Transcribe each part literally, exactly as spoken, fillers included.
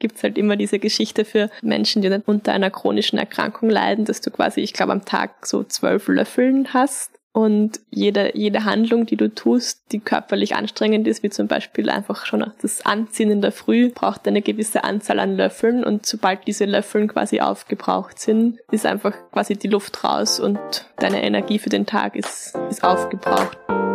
gibt es halt immer diese Geschichte für Menschen, die dann unter einer chronischen Erkrankung leiden, dass du quasi, ich glaube, am Tag so zwölf Löffeln hast. Und jede, jede Handlung, die du tust, die körperlich anstrengend ist, wie zum Beispiel einfach schon das Anziehen in der Früh, braucht eine gewisse Anzahl an Löffeln. Und sobald diese Löffeln quasi aufgebraucht sind, ist einfach quasi die Luft raus und deine Energie für den Tag ist, ist aufgebraucht.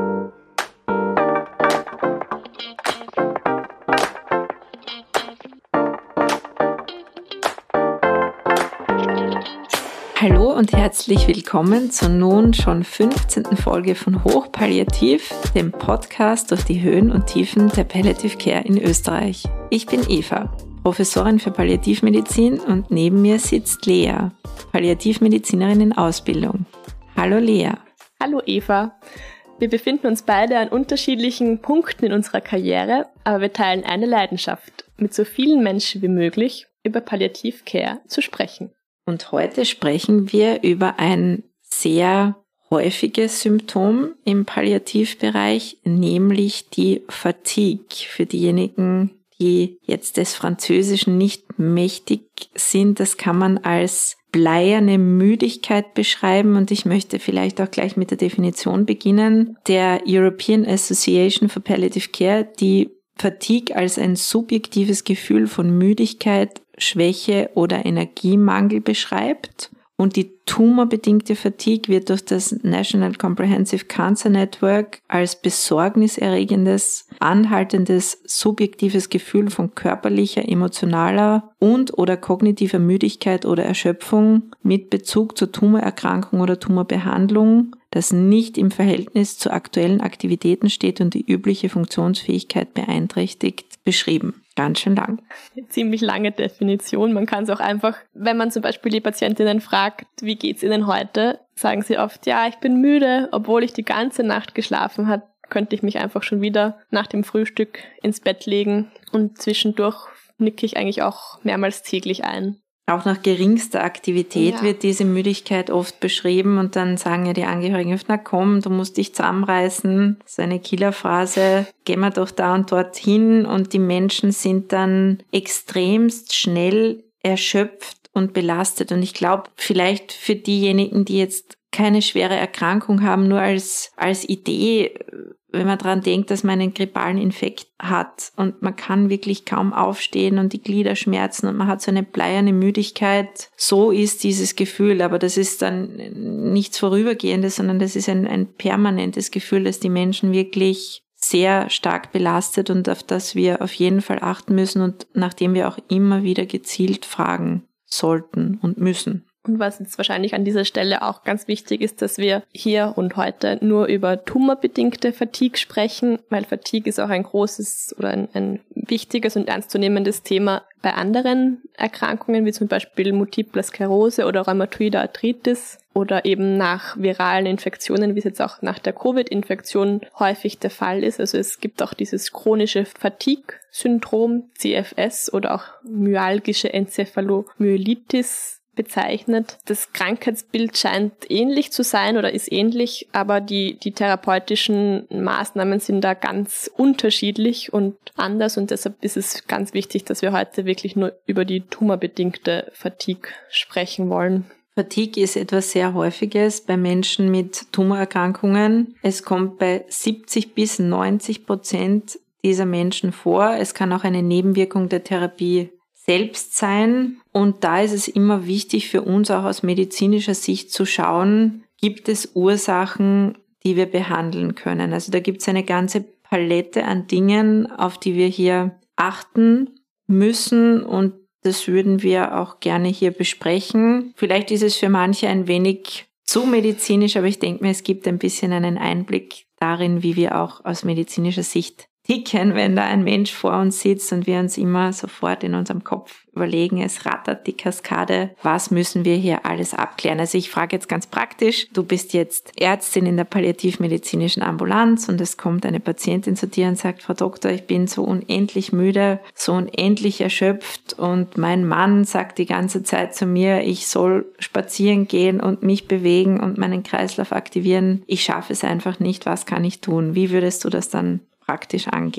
Hallo und herzlich willkommen zur nun schon fünfzehnten Folge von Hochpalliativ, dem Podcast durch die Höhen und Tiefen der Palliative Care in Österreich. Ich bin Eva, Professorin für Palliativmedizin und neben mir sitzt Lea, Palliativmedizinerin in Ausbildung. Hallo Lea. Hallo Eva. Wir befinden uns beide an unterschiedlichen Punkten in unserer Karriere, aber wir teilen eine Leidenschaft, mit so vielen Menschen wie möglich über Palliative Care zu sprechen. Und heute sprechen wir über ein sehr häufiges Symptom im Palliativbereich, nämlich die Fatigue. Für diejenigen, die jetzt des Französischen nicht mächtig sind, das kann man als bleierne Müdigkeit beschreiben und ich möchte vielleicht auch gleich mit der Definition beginnen. Der European Association for Palliative Care, die Fatigue als ein subjektives Gefühl von Müdigkeit, Schwäche oder Energiemangel beschreibt und die tumorbedingte Fatigue wird durch das National Comprehensive Cancer Network als besorgniserregendes, anhaltendes, subjektives Gefühl von körperlicher, emotionaler und oder kognitiver Müdigkeit oder Erschöpfung mit Bezug zur Tumorerkrankung oder Tumorbehandlung, das nicht im Verhältnis zu aktuellen Aktivitäten steht und die übliche Funktionsfähigkeit beeinträchtigt, beschrieben. Ganz schön lang. Eine ziemlich lange Definition. Man kann es auch einfach, wenn man zum Beispiel die Patientinnen fragt, wie geht's Ihnen heute, sagen sie oft, ja, ich bin müde, obwohl ich die ganze Nacht geschlafen habe, könnte ich mich einfach schon wieder nach dem Frühstück ins Bett legen und zwischendurch nicke ich eigentlich auch mehrmals täglich ein. Auch nach geringster Aktivität ja. wird diese Müdigkeit oft beschrieben und dann sagen ja die Angehörigen oft, na komm, du musst dich zusammenreißen. So eine Killerphrase, gehen wir doch da und dort hin und die Menschen sind dann extremst schnell erschöpft und belastet. Und ich glaube, vielleicht für diejenigen, die jetzt keine schwere Erkrankung haben, nur als, als Idee, wenn man daran denkt, dass man einen grippalen Infekt hat und man kann wirklich kaum aufstehen und die Glieder schmerzen und man hat so eine bleierne Müdigkeit. So ist dieses Gefühl, aber das ist dann nichts Vorübergehendes, sondern das ist ein, ein permanentes Gefühl, das die Menschen wirklich sehr stark belastet und auf das wir auf jeden Fall achten müssen und nachdem wir auch immer wieder gezielt fragen sollten und müssen. Und was jetzt wahrscheinlich an dieser Stelle auch ganz wichtig ist, dass wir hier und heute nur über tumorbedingte Fatigue sprechen, weil Fatigue ist auch ein großes oder ein, ein wichtiges und ernstzunehmendes Thema bei anderen Erkrankungen, wie zum Beispiel Multiple Sklerose oder Rheumatoide Arthritis oder eben nach viralen Infektionen, wie es jetzt auch nach der Covid-Infektion häufig der Fall ist. Also es gibt auch dieses chronische Fatigue-Syndrom, C F S oder auch myalgische Enzephalomyelitis bezeichnet. Das Krankheitsbild scheint ähnlich zu sein oder ist ähnlich, aber die, die therapeutischen Maßnahmen sind da ganz unterschiedlich und anders und deshalb ist es ganz wichtig, dass wir heute wirklich nur über die tumorbedingte Fatigue sprechen wollen. Fatigue ist etwas sehr Häufiges bei Menschen mit Tumorerkrankungen. Es kommt bei siebzig bis neunzig Prozent dieser Menschen vor. Es kann auch eine Nebenwirkung der Therapie selbst sein. Und da ist es immer wichtig für uns auch aus medizinischer Sicht zu schauen, gibt es Ursachen, die wir behandeln können. Also da gibt es eine ganze Palette an Dingen, auf die wir hier achten müssen und das würden wir auch gerne hier besprechen. Vielleicht ist es für manche ein wenig zu medizinisch, aber ich denke mir, es gibt ein bisschen einen Einblick darin, wie wir auch aus medizinischer Sicht ticken, wenn da ein Mensch vor uns sitzt und wir uns immer sofort in unserem Kopf überlegen, es rattert die Kaskade, was müssen wir hier alles abklären? Also ich frage jetzt ganz praktisch, du bist jetzt Ärztin in der palliativmedizinischen Ambulanz und es kommt eine Patientin zu dir und sagt, Frau Doktor, ich bin so unendlich müde, so unendlich erschöpft und mein Mann sagt die ganze Zeit zu mir, ich soll spazieren gehen und mich bewegen und meinen Kreislauf aktivieren. Ich schaffe es einfach nicht, was kann ich tun? Wie würdest du das dann praktisch angehen?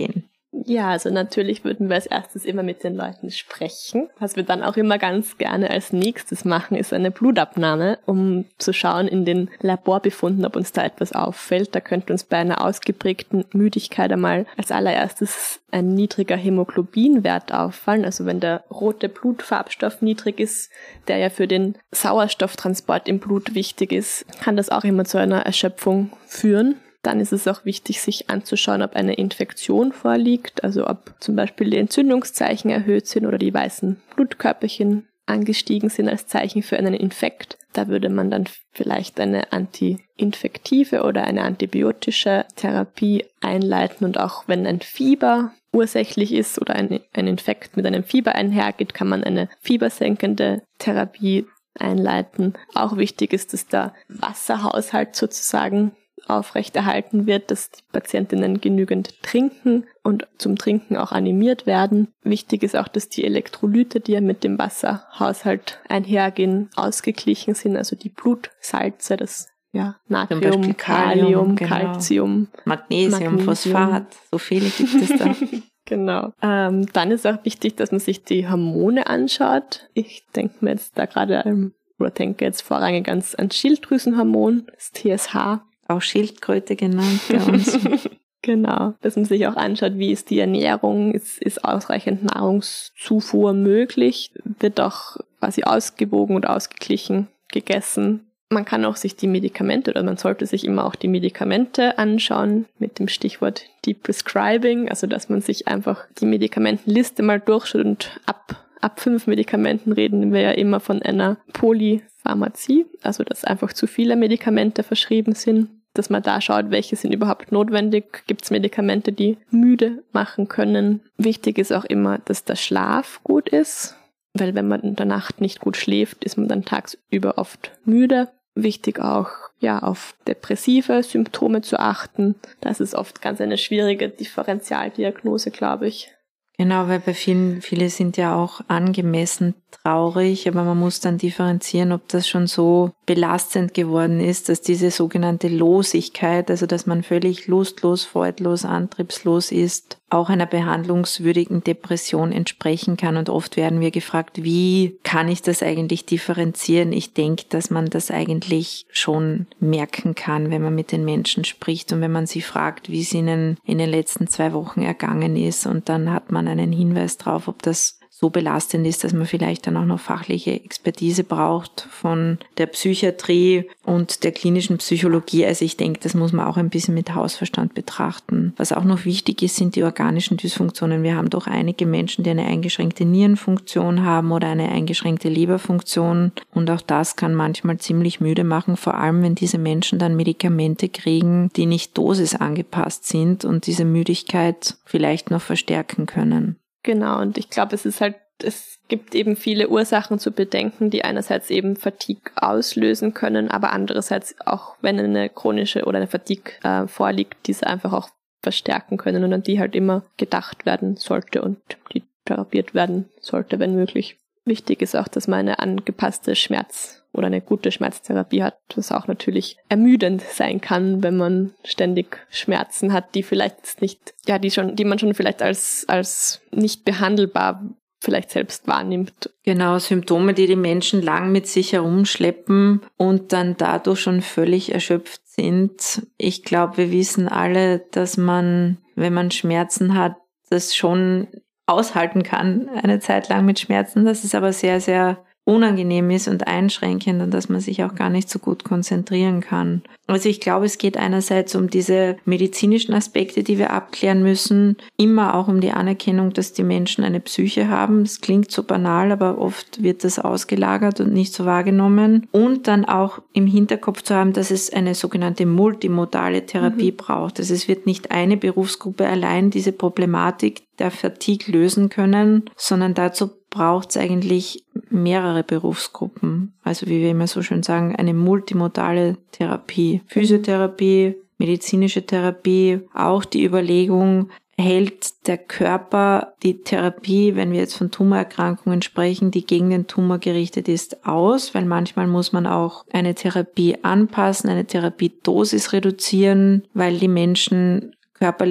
Ja, also natürlich würden wir als erstes immer mit den Leuten sprechen. Was wir dann auch immer ganz gerne als nächstes machen, ist eine Blutabnahme, um zu schauen in den Laborbefunden, ob uns da etwas auffällt. Da könnte uns bei einer ausgeprägten Müdigkeit einmal als allererstes ein niedriger Hämoglobinwert auffallen. Also wenn der rote Blutfarbstoff niedrig ist, der ja für den Sauerstofftransport im Blut wichtig ist, kann das auch immer zu einer Erschöpfung führen. Dann ist es auch wichtig, sich anzuschauen, ob eine Infektion vorliegt, also ob zum Beispiel die Entzündungszeichen erhöht sind oder die weißen Blutkörperchen angestiegen sind als Zeichen für einen Infekt. Da würde man dann vielleicht eine antiinfektive oder eine antibiotische Therapie einleiten, und auch wenn ein Fieber ursächlich ist oder ein, ein Infekt mit einem Fieber einhergeht, kann man eine fiebersenkende Therapie einleiten. Auch wichtig ist, dass der Wasserhaushalt sozusagen aufrechterhalten wird, dass die Patientinnen genügend trinken und zum Trinken auch animiert werden. Wichtig ist auch, dass die Elektrolyte, die ja mit dem Wasserhaushalt einhergehen, ausgeglichen sind, also die Blutsalze, das ja, Natrium, Kalium, Calcium, genau. Magnesium, Magnesium, Phosphat, so viele gibt es da. Genau. Ähm, dann ist auch wichtig, dass man sich die Hormone anschaut. Ich denke mir jetzt da gerade, ähm, oder denke jetzt vorrangig ans, ans Schilddrüsenhormon, das T S H. Auch Schildkröte genannt bei uns. Genau, dass man sich auch anschaut, wie ist die Ernährung, ist, ist ausreichend Nahrungszufuhr möglich, wird auch quasi ausgewogen und ausgeglichen gegessen. Man kann auch sich die Medikamente, oder man sollte sich immer auch die Medikamente anschauen mit dem Stichwort Deep Prescribing, also dass man sich einfach die Medikamentenliste mal durchschaut, und ab Ab fünf Medikamenten reden wir ja immer von einer Polypharmazie, also dass einfach zu viele Medikamente verschrieben sind, dass man da schaut, welche sind überhaupt notwendig. Gibt es Medikamente, die müde machen können? Wichtig ist auch immer, dass der Schlaf gut ist, weil wenn man in der Nacht nicht gut schläft, ist man dann tagsüber oft müde. Wichtig auch, ja, auf depressive Symptome zu achten. Das ist oft ganz eine schwierige Differentialdiagnose, glaube ich. Genau, weil bei vielen, viele sind ja auch angemessen traurig, aber man muss dann differenzieren, ob das schon so belastend geworden ist, dass diese sogenannte Losigkeit, also dass man völlig lustlos, freudlos, antriebslos ist, auch einer behandlungswürdigen Depression entsprechen kann. Und oft werden wir gefragt, wie kann ich das eigentlich differenzieren? Ich denke, dass man das eigentlich schon merken kann, wenn man mit den Menschen spricht und wenn man sie fragt, wie es ihnen in den letzten zwei Wochen ergangen ist. Und dann hat man einen Hinweis drauf, ob das so belastend ist, dass man vielleicht dann auch noch fachliche Expertise braucht von der Psychiatrie und der klinischen Psychologie. Also ich denke, das muss man auch ein bisschen mit Hausverstand betrachten. Was auch noch wichtig ist, sind die organischen Dysfunktionen. Wir haben doch einige Menschen, die eine eingeschränkte Nierenfunktion haben oder eine eingeschränkte Leberfunktion. Und auch das kann manchmal ziemlich müde machen, vor allem wenn diese Menschen dann Medikamente kriegen, die nicht dosisangepasst sind und diese Müdigkeit vielleicht noch verstärken können. Genau, und ich glaube, es ist halt, es gibt eben viele Ursachen zu bedenken, die einerseits eben Fatigue auslösen können, aber andererseits auch, wenn eine chronische oder eine Fatigue äh, vorliegt, diese einfach auch verstärken können und an die halt immer gedacht werden sollte und die therapiert werden sollte, wenn möglich. Wichtig ist auch, dass man eine angepasste Schmerz- oder eine gute Schmerztherapie hat, was auch natürlich ermüdend sein kann, wenn man ständig Schmerzen hat, die vielleicht nicht, ja, die schon, die man schon vielleicht als, als nicht behandelbar vielleicht selbst wahrnimmt. Genau, Symptome, die die Menschen lang mit sich herumschleppen und dann dadurch schon völlig erschöpft sind. Ich glaube, wir wissen alle, dass man, wenn man Schmerzen hat, das schon aushalten kann, eine Zeit lang mit Schmerzen, dass es aber sehr, sehr unangenehm ist und einschränkend und dass man sich auch gar nicht so gut konzentrieren kann. Also ich glaube, es geht einerseits um diese medizinischen Aspekte, die wir abklären müssen, immer auch um die Anerkennung, dass die Menschen eine Psyche haben. Das klingt so banal, aber oft wird das ausgelagert und nicht so wahrgenommen. Und dann auch im Hinterkopf zu haben, dass es eine sogenannte multimodale Therapie mhm. braucht. Also es wird nicht eine Berufsgruppe allein diese Problematik der Fatigue lösen können, sondern dazu braucht es eigentlich mehrere Berufsgruppen. Also wie wir immer so schön sagen, eine multimodale Therapie. Physiotherapie, medizinische Therapie, auch die Überlegung, hält der Körper die Therapie, wenn wir jetzt von Tumorerkrankungen sprechen, die gegen den Tumor gerichtet ist, aus, weil manchmal muss man auch eine Therapie anpassen, eine Therapiedosis reduzieren, weil die Menschen körperlich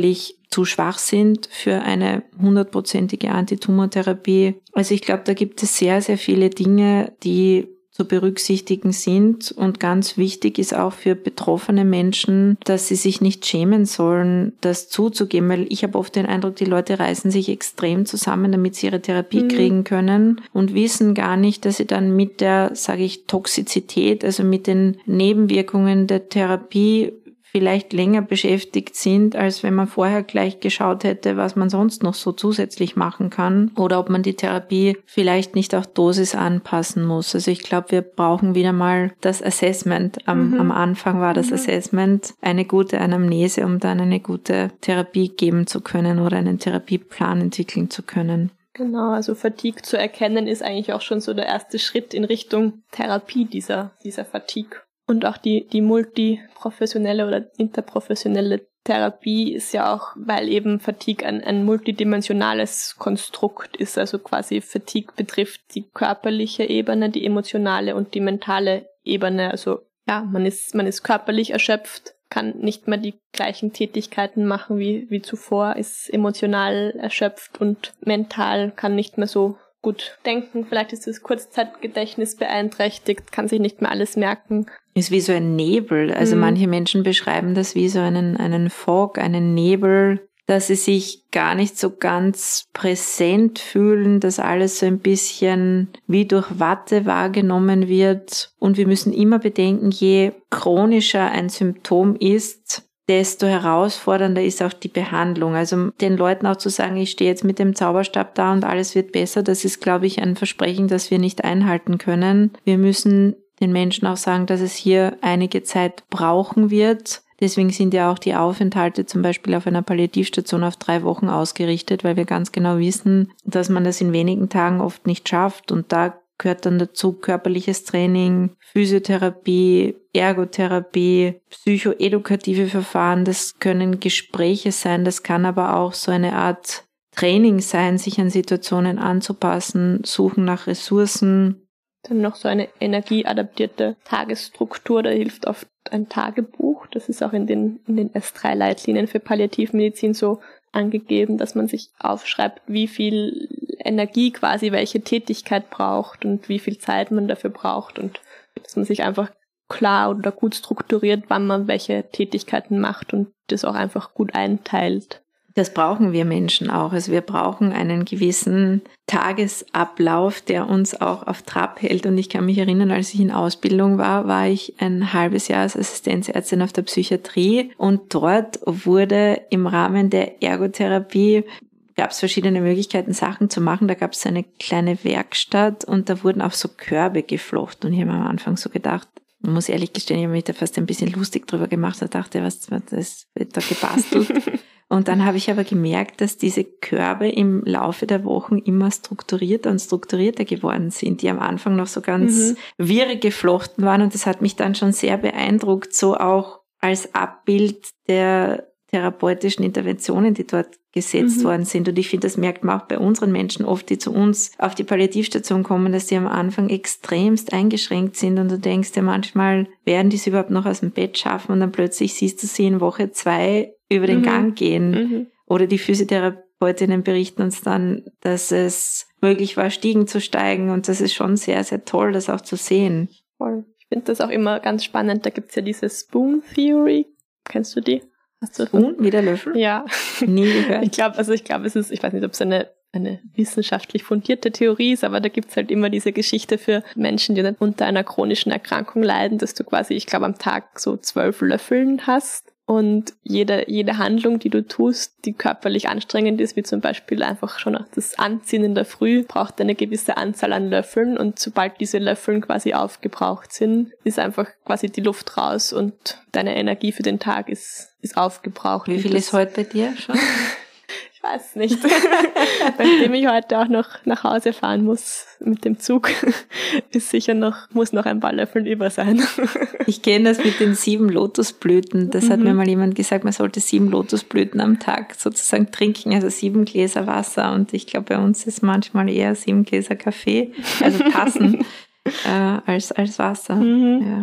zu schwach sind für eine hundertprozentige Antitumortherapie. Also ich glaube, da gibt es sehr, sehr viele Dinge, die zu berücksichtigen sind. Und ganz wichtig ist auch für betroffene Menschen, dass sie sich nicht schämen sollen, das zuzugeben, weil ich habe oft den Eindruck, die Leute reißen sich extrem zusammen, damit sie ihre Therapie mhm. kriegen können und wissen gar nicht, dass sie dann mit der, sage ich, Toxizität, also mit den Nebenwirkungen der Therapie vielleicht länger beschäftigt sind, als wenn man vorher gleich geschaut hätte, was man sonst noch so zusätzlich machen kann oder ob man die Therapie vielleicht nicht auch Dosis anpassen muss. Also ich glaube, wir brauchen wieder mal das Assessment. Am, mhm. am Anfang war das mhm. Assessment eine gute Anamnese, um dann eine gute Therapie geben zu können oder einen Therapieplan entwickeln zu können. Genau, also Fatigue zu erkennen ist eigentlich auch schon so der erste Schritt in Richtung Therapie dieser, dieser Fatigue. Und auch die, die multiprofessionelle oder interprofessionelle Therapie ist ja auch, weil eben Fatigue ein, ein multidimensionales Konstrukt ist. Also quasi Fatigue betrifft die körperliche Ebene, die emotionale und die mentale Ebene. Also ja, man ist, man ist körperlich erschöpft, kann nicht mehr die gleichen Tätigkeiten machen wie, wie zuvor, ist emotional erschöpft und mental kann nicht mehr so gut denken. Vielleicht ist das Kurzzeitgedächtnis beeinträchtigt, kann sich nicht mehr alles merken. Ist wie so ein Nebel. Also mhm. manche Menschen beschreiben das wie so einen, einen Fog, einen Nebel, dass sie sich gar nicht so ganz präsent fühlen, dass alles so ein bisschen wie durch Watte wahrgenommen wird. Und wir müssen immer bedenken, je chronischer ein Symptom ist, desto herausfordernder ist auch die Behandlung. Also den Leuten auch zu sagen, ich stehe jetzt mit dem Zauberstab da und alles wird besser, das ist, glaube ich, ein Versprechen, das wir nicht einhalten können. Wir müssen den Menschen auch sagen, dass es hier einige Zeit brauchen wird. Deswegen sind ja auch die Aufenthalte zum Beispiel auf einer Palliativstation auf drei Wochen ausgerichtet, weil wir ganz genau wissen, dass man das in wenigen Tagen oft nicht schafft. Und da gehört dann dazu körperliches Training, Physiotherapie, Ergotherapie, psychoedukative Verfahren. Das können Gespräche sein, das kann aber auch so eine Art Training sein, sich an Situationen anzupassen, Suchen nach Ressourcen. Dann noch so eine energieadaptierte Tagesstruktur, da hilft oft ein Tagebuch. Das ist auch in den, in den S drei Leitlinien für Palliativmedizin so angegeben, dass man sich aufschreibt, wie viel Energie quasi welche Tätigkeit braucht und wie viel Zeit man dafür braucht und dass man sich einfach klar oder gut strukturiert, wann man welche Tätigkeiten macht und das auch einfach gut einteilt. Das brauchen wir Menschen auch. Also wir brauchen einen gewissen Tagesablauf, der uns auch auf Trab hält. Und ich kann mich erinnern, als ich in Ausbildung war, war ich ein halbes Jahr als Assistenzärztin auf der Psychiatrie. Und dort wurde im Rahmen der Ergotherapie, gab es verschiedene Möglichkeiten, Sachen zu machen. Da gab es eine kleine Werkstatt und da wurden auch so Körbe geflochten. Und ich habe am Anfang so gedacht, man muss ehrlich gestehen, ich habe mich da fast ein bisschen lustig drüber gemacht. Da dachte ich, was, was wird da gebastelt? Und dann habe ich aber gemerkt, dass diese Körbe im Laufe der Wochen immer strukturierter und strukturierter geworden sind, die am Anfang noch so ganz mhm. wirre geflochten waren. Und das hat mich dann schon sehr beeindruckt, so auch als Abbild der therapeutischen Interventionen, die dort gesetzt mhm. worden sind. Und ich finde, das merkt man auch bei unseren Menschen oft, die zu uns auf die Palliativstation kommen, dass die am Anfang extremst eingeschränkt sind. Und du denkst ja manchmal, werden die es überhaupt noch aus dem Bett schaffen? Und dann plötzlich siehst du sie in Woche zwei über den mhm. Gang gehen. Mhm. Oder die Physiotherapeutinnen berichten uns dann, dass es möglich war, Stiegen zu steigen. Und das ist schon sehr, sehr toll, das auch zu sehen. Voll. Ich finde das auch immer ganz spannend. Da gibt's ja diese Spoon Theory. Kennst du die? Hast du Spoon? Wie der Löffel? Ja. Nie gehört. Ich glaube, also ich glaube, es ist, ich weiß nicht, ob es eine eine wissenschaftlich fundierte Theorie ist, aber da gibt's halt immer diese Geschichte für Menschen, die unter einer chronischen Erkrankung leiden, dass du quasi, ich glaube, am Tag so zwölf Löffeln hast. Und jede, jede Handlung, die du tust, die körperlich anstrengend ist, wie zum Beispiel einfach schon auch das Anziehen in der Früh, braucht eine gewisse Anzahl an Löffeln. Und sobald diese Löffeln quasi aufgebraucht sind, ist einfach quasi die Luft raus und deine Energie für den Tag ist, ist aufgebraucht. Wie viel ist heute bei dir schon? Ich weiß nicht. Nachdem ich heute auch noch nach Hause fahren muss mit dem Zug, ist sicher noch, muss noch ein paar Löffel über sein. Ich kenne das mit den sieben Lotusblüten. Das mhm. hat mir mal jemand gesagt, man sollte sieben Lotusblüten am Tag sozusagen trinken, also sieben Gläser Wasser. Und ich glaube, bei uns ist manchmal eher sieben Gläser Kaffee, also Tassen, äh, als, als Wasser. Mhm. Ja.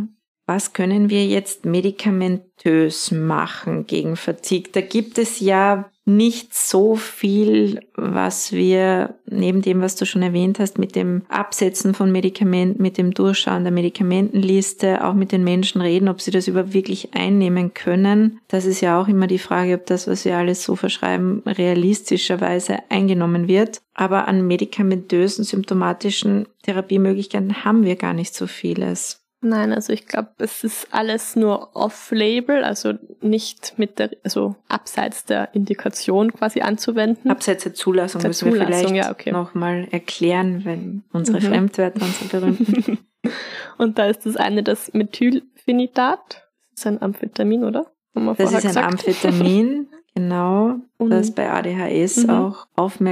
Was können wir jetzt medikamentös machen gegen Fatigue? Da gibt es ja nicht so viel, was wir neben dem, was du schon erwähnt hast, mit dem Absetzen von Medikamenten, mit dem Durchschauen der Medikamentenliste, auch mit den Menschen reden, ob sie das überhaupt wirklich einnehmen können. Das ist ja auch immer die Frage, ob das, was wir alles so verschreiben, realistischerweise eingenommen wird. Aber an medikamentösen, symptomatischen Therapiemöglichkeiten haben wir gar nicht so vieles. Nein, also ich glaube, es ist alles nur off-label, also nicht mit der, also abseits der Indikation quasi anzuwenden. Abseits der Zulassung der müssen Zulassung, wir vielleicht ja, okay. nochmal erklären, wenn unsere mhm. Fremdwörter, unsere berühmten. Und da ist das eine das Methylphenidat. Das ist ein Amphetamin, oder? Das ist ein gesagt. Amphetamin, genau, und das bei A D H S mhm. auch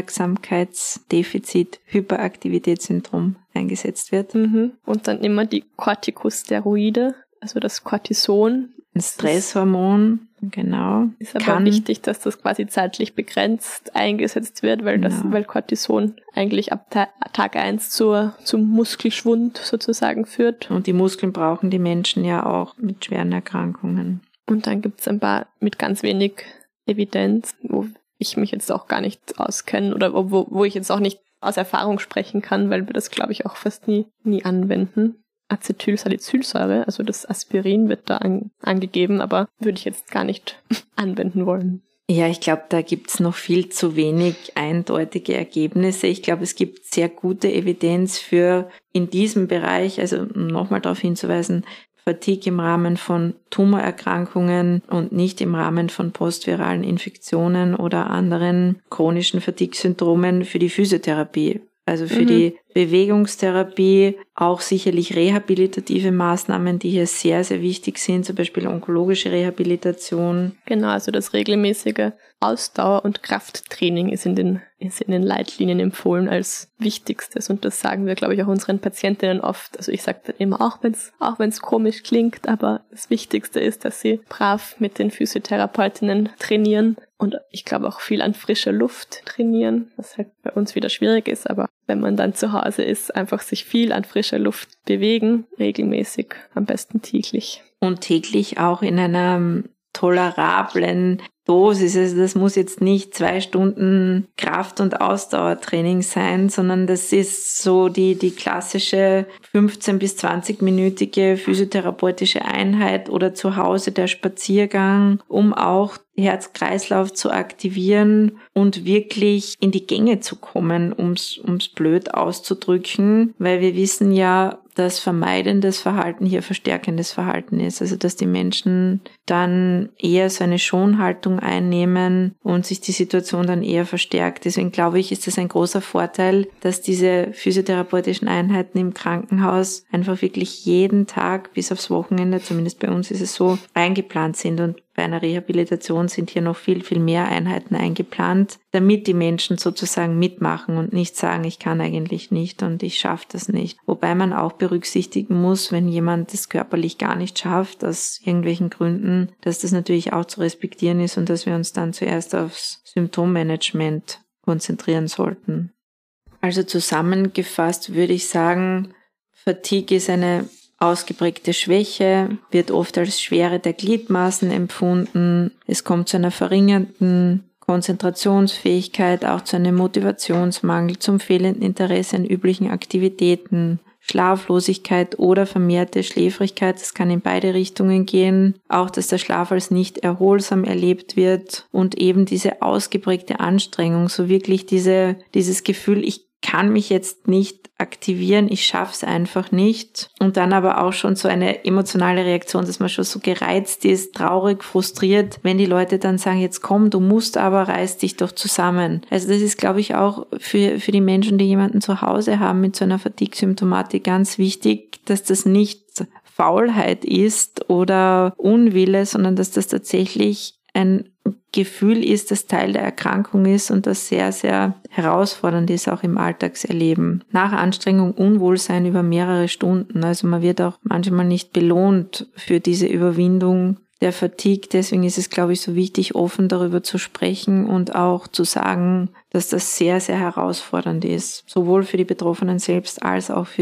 Aufmerksamkeitsdefizit, Hyperaktivitätssyndrom eingesetzt wird. Mhm. Und dann immer die Corticosteroide, also das Cortison. Ein Stresshormon, genau. Ist aber Kann, wichtig, dass das quasi zeitlich begrenzt eingesetzt wird, weil das, genau. weil Cortison eigentlich ab Ta- Tag eins zur, zum Muskelschwund sozusagen führt. Und die Muskeln brauchen die Menschen ja auch mit schweren Erkrankungen. Und dann gibt es ein paar mit ganz wenig Evidenz, wo ich mich jetzt auch gar nicht auskenne oder wo, wo ich jetzt auch nicht aus Erfahrung sprechen kann, weil wir das, glaube ich, auch fast nie, nie anwenden. Acetylsalicylsäure, also das Aspirin wird da an, angegeben, aber würde ich jetzt gar nicht anwenden wollen. Ja, ich glaube, da gibt's noch viel zu wenig eindeutige Ergebnisse. Ich glaube, es gibt sehr gute Evidenz für in diesem Bereich, also um nochmal darauf hinzuweisen, Fatigue im Rahmen von Tumorerkrankungen und nicht im Rahmen von postviralen Infektionen oder anderen chronischen Fatigue-Syndromen für die Physiotherapie. Also für mhm. die Bewegungstherapie, auch sicherlich rehabilitative Maßnahmen, die hier sehr, sehr wichtig sind, zum Beispiel onkologische Rehabilitation. Genau, also das regelmäßige Ausdauer- und Krafttraining ist in den, ist in den Leitlinien empfohlen als wichtigstes und das sagen wir, glaube ich, auch unseren Patientinnen oft. Also ich sage dann immer, auch wenn es auch wenn es komisch klingt, aber das Wichtigste ist, dass sie brav mit den Physiotherapeutinnen trainieren und ich glaube auch viel an frischer Luft trainieren, was halt bei uns wieder schwierig ist, aber wenn man dann zu Hause ist, einfach sich viel an frischer Luft bewegen, regelmäßig, am besten täglich. Und täglich auch in einer tolerablen Dosis. Also das muss jetzt nicht zwei Stunden Kraft- und Ausdauertraining sein, sondern das ist so die, die klassische fünfzehn- bis zwanzig-minütige physiotherapeutische Einheit oder zu Hause der Spaziergang, um auch Herz-Kreislauf zu aktivieren und wirklich in die Gänge zu kommen, ums, ums blöd auszudrücken, weil wir wissen ja, dass vermeidendes Verhalten hier verstärkendes Verhalten ist. Also dass die Menschen dann eher so eine Schonhaltung einnehmen und sich die Situation dann eher verstärkt. Deswegen glaube ich, ist das ein großer Vorteil, dass diese physiotherapeutischen Einheiten im Krankenhaus einfach wirklich jeden Tag bis aufs Wochenende, zumindest bei uns ist es so, eingeplant sind. Und bei einer Rehabilitation sind hier noch viel, viel mehr Einheiten eingeplant, damit die Menschen sozusagen mitmachen und nicht sagen, ich kann eigentlich nicht und ich schaffe das nicht. Wobei man auch berücksichtigen muss, wenn jemand das körperlich gar nicht schafft, aus irgendwelchen Gründen, dass das natürlich auch zu respektieren ist und dass wir uns dann zuerst aufs Symptommanagement konzentrieren sollten. Also zusammengefasst würde ich sagen, Fatigue ist eine ausgeprägte Schwäche, wird oft als Schwere der Gliedmaßen empfunden. Es kommt zu einer verringerten Konzentrationsfähigkeit, auch zu einem Motivationsmangel, zum fehlenden Interesse an üblichen Aktivitäten, Schlaflosigkeit oder vermehrte Schläfrigkeit. Das kann in beide Richtungen gehen. Auch, dass der Schlaf als nicht erholsam erlebt wird und eben diese ausgeprägte Anstrengung, so wirklich diese, dieses Gefühl, ich kann mich jetzt nicht aktivieren, ich schaff's einfach nicht. Und dann aber auch schon so eine emotionale Reaktion, dass man schon so gereizt ist, traurig, frustriert, wenn die Leute dann sagen, jetzt komm, du musst aber, reiß dich doch zusammen. Also das ist, glaube ich, auch für, für die Menschen, die jemanden zu Hause haben mit so einer Fatigue-Symptomatik ganz wichtig, dass das nicht Faulheit ist oder Unwille, sondern dass das tatsächlich ein Gefühl ist, das Teil der Erkrankung ist und das sehr, sehr herausfordernd ist, auch im Alltagserleben. Nach Anstrengung Unwohlsein über mehrere Stunden. Also man wird auch manchmal nicht belohnt für diese Überwindung der Fatigue. Deswegen ist es, glaube ich, so wichtig, offen darüber zu sprechen und auch zu sagen, dass das sehr, sehr herausfordernd ist. Sowohl für die Betroffenen selbst als auch fürs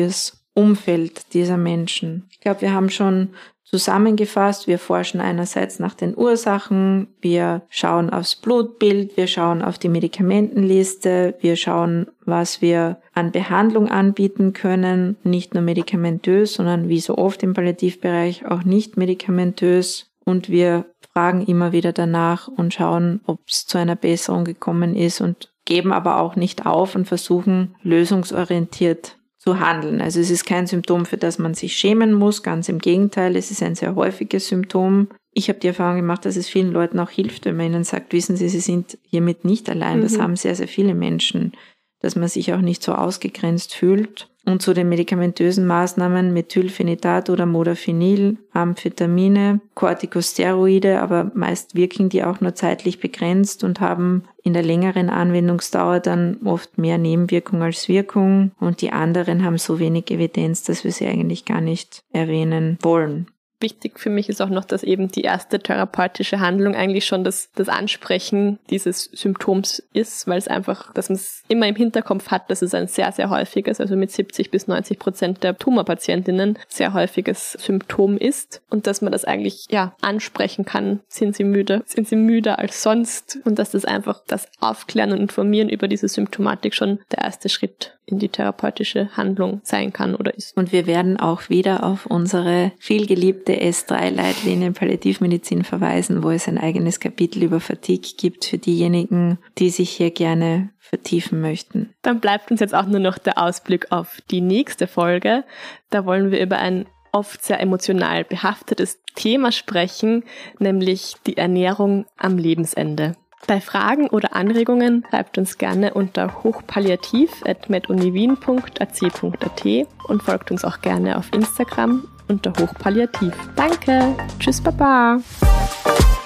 Umfeld dieser Menschen. Ich glaube, wir haben schon zusammengefasst, wir forschen einerseits nach den Ursachen, wir schauen aufs Blutbild, wir schauen auf die Medikamentenliste, wir schauen, was wir an Behandlung anbieten können, nicht nur medikamentös, sondern wie so oft im Palliativbereich auch nicht medikamentös. Und wir fragen immer wieder danach und schauen, ob es zu einer Besserung gekommen ist und geben aber auch nicht auf und versuchen lösungsorientiert zu handeln. Also es ist kein Symptom, für das man sich schämen muss, ganz im Gegenteil, es ist ein sehr häufiges Symptom. Ich habe die Erfahrung gemacht, dass es vielen Leuten auch hilft, wenn man ihnen sagt, wissen Sie, Sie sind hiermit nicht allein. Mhm. Das haben sehr, sehr viele Menschen, dass man sich auch nicht so ausgegrenzt fühlt. Und zu den medikamentösen Maßnahmen Methylphenidat oder Modafinil, Amphetamine, Corticosteroide, aber meist wirken die auch nur zeitlich begrenzt und haben in der längeren Anwendungsdauer dann oft mehr Nebenwirkung als Wirkung. Und die anderen haben so wenig Evidenz, dass wir sie eigentlich gar nicht erwähnen wollen. Wichtig für mich ist auch noch, dass eben die erste therapeutische Handlung eigentlich schon das, das Ansprechen dieses Symptoms ist, weil es einfach, dass man es immer im Hinterkopf hat, dass es ein sehr, sehr häufiges, also mit siebzig bis neunzig Prozent der Tumorpatientinnen sehr häufiges Symptom ist und dass man das eigentlich, ja, ansprechen kann. Sind sie müde? Sind sie müder als sonst? Und dass das einfach das Aufklären und Informieren über diese Symptomatik schon der erste Schritt in die therapeutische Handlung sein kann oder ist. Und wir werden auch wieder auf unsere vielgeliebte S drei Leitlinien Palliativmedizin verweisen, wo es ein eigenes Kapitel über Fatigue gibt für diejenigen, die sich hier gerne vertiefen möchten. Dann bleibt uns jetzt auch nur noch der Ausblick auf die nächste Folge. Da wollen wir über ein oft sehr emotional behaftetes Thema sprechen, nämlich die Ernährung am Lebensende. Bei Fragen oder Anregungen schreibt uns gerne unter hochpalliativ at medunivien punkt a c punkt a t und folgt uns auch gerne auf Instagram unter hochpalliativ. Danke, tschüss, baba.